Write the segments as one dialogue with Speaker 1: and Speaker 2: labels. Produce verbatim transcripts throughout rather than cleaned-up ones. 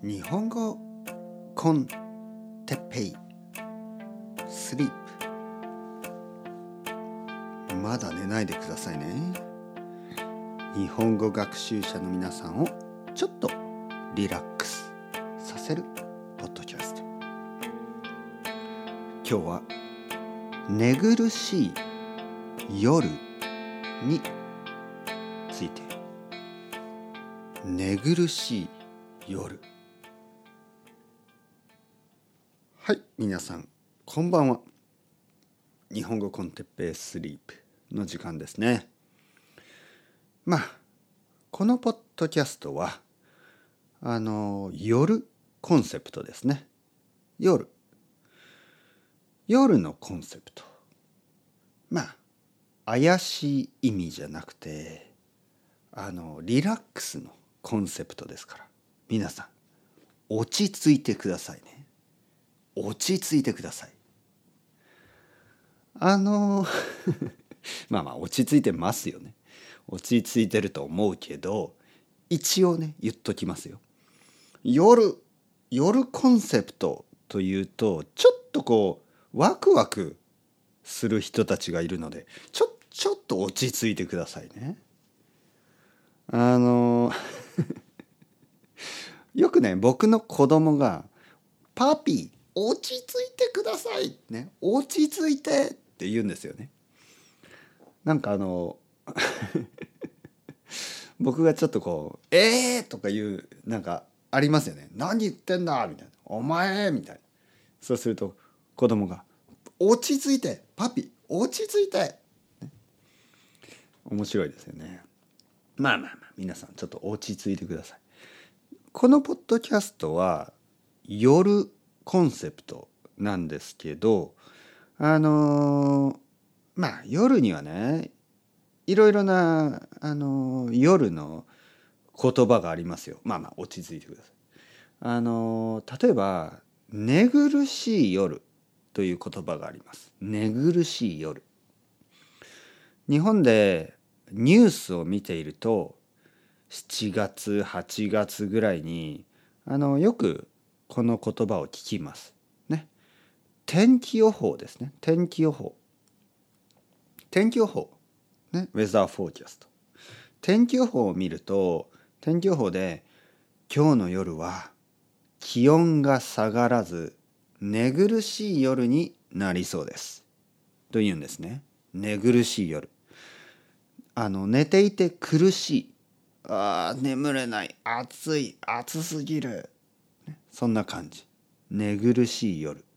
Speaker 1: 日本語コンテッペイスリープ。まだ寝ないでくださいね。日本語学習者の皆さんをちょっとリラックスさせるポッドキャスト。今日は寝苦しい夜について。寝苦しい夜。はい、皆さんこんばんは。日本語コンテッペイスリープの時間ですね。まあこのポッドキャストはあの夜コンセプトですね。夜夜のコンセプト、まあ怪しい意味じゃなくてあのリラックスのコンセプトですから、皆さん落ち着いてくださいね。落ち着いてください。あのまあまあ落ち着いてますよね。落ち着いてると思うけど、一応ね言っときますよ。夜夜コンセプトというとちょっとこうワクワクする人たちがいるので、ちょちょっと落ち着いてくださいね。あのよくね、僕の子供がパピー落ち着いてくださいね、落ち着いてって言うんですよね。なんかあの僕がちょっとこうえーとか言うなんかありますよね。何言ってんだみたいな、お前みたいな。そうすると子供が落ち着いてパピ落ち着いて、ね、面白いですよね。まあまあまあ皆さんちょっと落ち着いてください。このポッドキャストは夜コンセプトなんですけど、あのー、まあ夜にはねいろいろな、あのー、夜の言葉がありますよ。まあまあ落ち着いてください。あのー、例えば寝苦しい夜という言葉があります。寝苦しい夜。日本でニュースを見ているとしちがつはちがつぐらいにあのよくこの言葉を聞きますね。天気予報ですね。天気予報天気予報ね、ウェザーフォーキャスト。天気予報を見ると、天気予報で今日の夜は気温が下がらず寝苦しい夜になりそうですと言うんですね。寝苦しい夜、あの寝ていて苦しい、あー眠れない、暑い、暑すぎる、ね、そんな感じ。寝苦しい夜。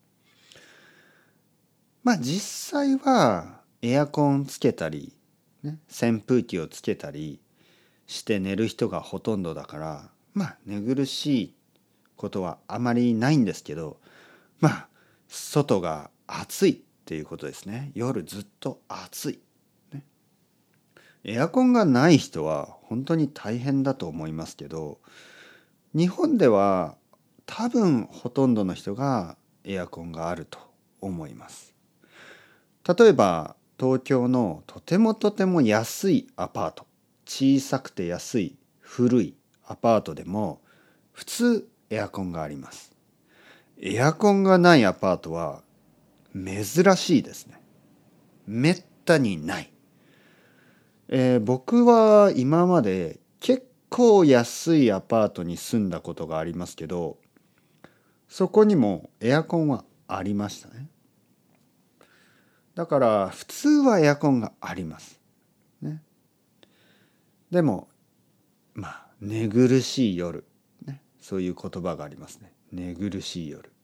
Speaker 1: まあ実際はエアコンつけたり、ね、扇風機をつけたりして寝る人がほとんどだから、まあ寝苦しいことはあまりないんですけど、まあ外が暑いっていうことですね。夜ずっと暑い、ね、エアコンがない人は本当に大変だと思いますけど、日本では多分ほとんどの人がエアコンがあると思います。例えば東京のとてもとても安いアパート、小さくて安い古いアパートでも普通エアコンがあります。エアコンがないアパートは珍しいですね。めったにない。えー、僕は今まで結構安いアパートに住んだことがありますけど、そこにもエアコンはありましたね。だから普通はエアコンがあります、ね、でもまあ寝苦しい夜、ね、そういう言葉がありますね。寝苦しい夜。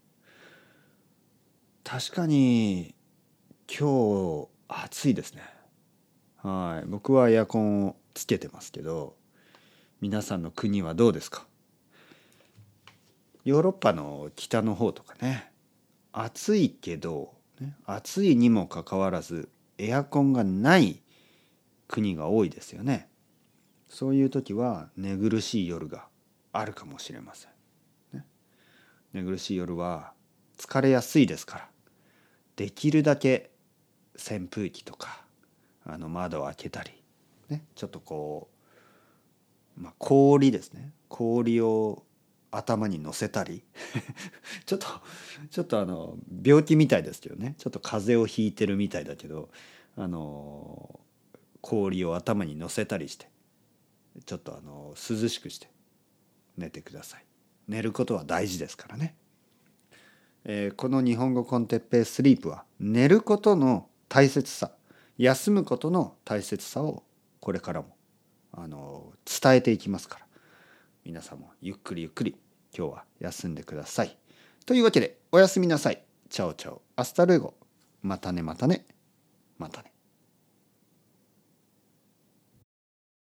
Speaker 1: 確かに今日暑いですね。はい、僕はエアコンをつけてますけど、皆さんの国はどうですか？ヨーロッパの北の方とかね、暑いけど、ね、暑いにもかかわらずエアコンがない国が多いですよね。そういう時は寝苦しい夜があるかもしれません、ね、寝苦しい夜は疲れやすいですから、できるだけ扇風機とかあの窓を開けたり、ね、ちょっとこう、まあ、氷ですね、氷を頭に乗せたりちょっとちょっとあの病気みたいですけどね、ちょっと風邪をひいてるみたいだけど、あの氷を頭に乗せたりしてちょっとあの涼しくして寝てください。寝ることは大事ですからね。えー、この日本語コンテッペイスリープは寝ることの大切さ、休むことの大切さをこれからもあの伝えていきますから、皆さんもゆっくりゆっくり今日は休んでください。というわけでおやすみなさい。チャオチャオアスタルエゴ。またねまたねまたね。